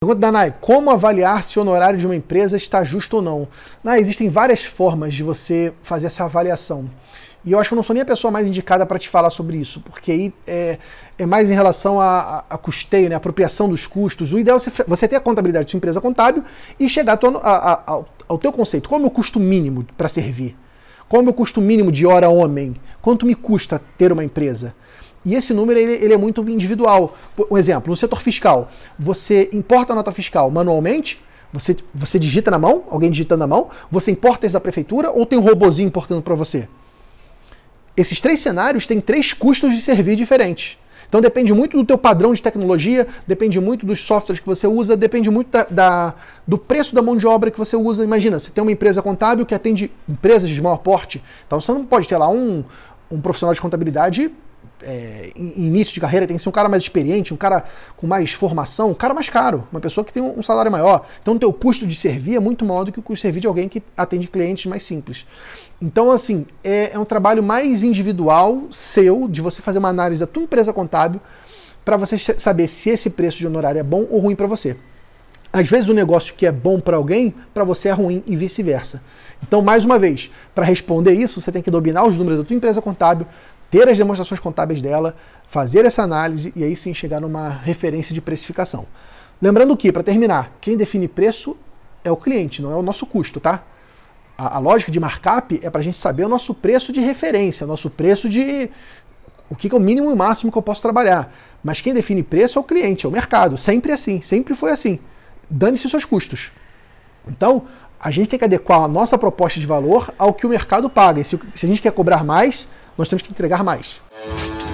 Pergunta da Nai, como avaliar se o honorário de uma empresa está justo ou não? Nai, existem várias formas de você fazer essa avaliação. E eu acho que eu não sou nem a pessoa mais indicada para te falar sobre isso, porque aí é mais em relação a custeio, né, apropriação dos custos. O ideal é você ter a contabilidade de sua empresa contábil e chegar ao teu conceito. Qual é o meu custo mínimo para servir? Qual é o meu custo mínimo de hora homem? Quanto me custa ter uma empresa? E esse número ele é muito individual. Um exemplo, no setor fiscal, você importa a nota fiscal manualmente, você digita na mão, alguém digitando na mão, você importa isso da prefeitura ou tem um robozinho importando para você? Esses 3 cenários têm 3 custos de servir diferentes. Então depende muito do teu padrão de tecnologia, depende muito dos softwares que você usa, depende muito do preço da mão de obra que você usa. Imagina, você tem uma empresa contábil que atende empresas de maior porte, então você não pode ter lá um profissional de contabilidade em início de carreira, tem que ser um cara mais experiente, um cara com mais formação, um cara mais caro, uma pessoa que tem um salário maior. Então o teu custo de servir é muito maior do que o custo de servir de alguém que atende clientes mais simples. Então, assim, é um trabalho mais individual seu, de você fazer uma análise da tua empresa contábil para você saber se esse preço de honorário é bom ou ruim para você. Às vezes o negócio que é bom para alguém, para você é ruim e vice-versa. Então, mais uma vez, para responder isso, você tem que dominar os números da tua empresa contábil, ter as demonstrações contábeis dela, fazer essa análise e aí sim chegar numa referência de precificação. Lembrando que, para terminar, quem define preço é o cliente, não é o nosso custo, tá? A lógica de markup é para a gente saber o nosso preço de referência, o nosso preço de o que é o mínimo e o máximo que eu posso trabalhar. Mas quem define preço é o cliente, é o mercado. Sempre assim, sempre foi assim. Dane-se os seus custos. Então, a gente tem que adequar a nossa proposta de valor ao que o mercado paga. E se a gente quer cobrar mais, nós temos que entregar mais.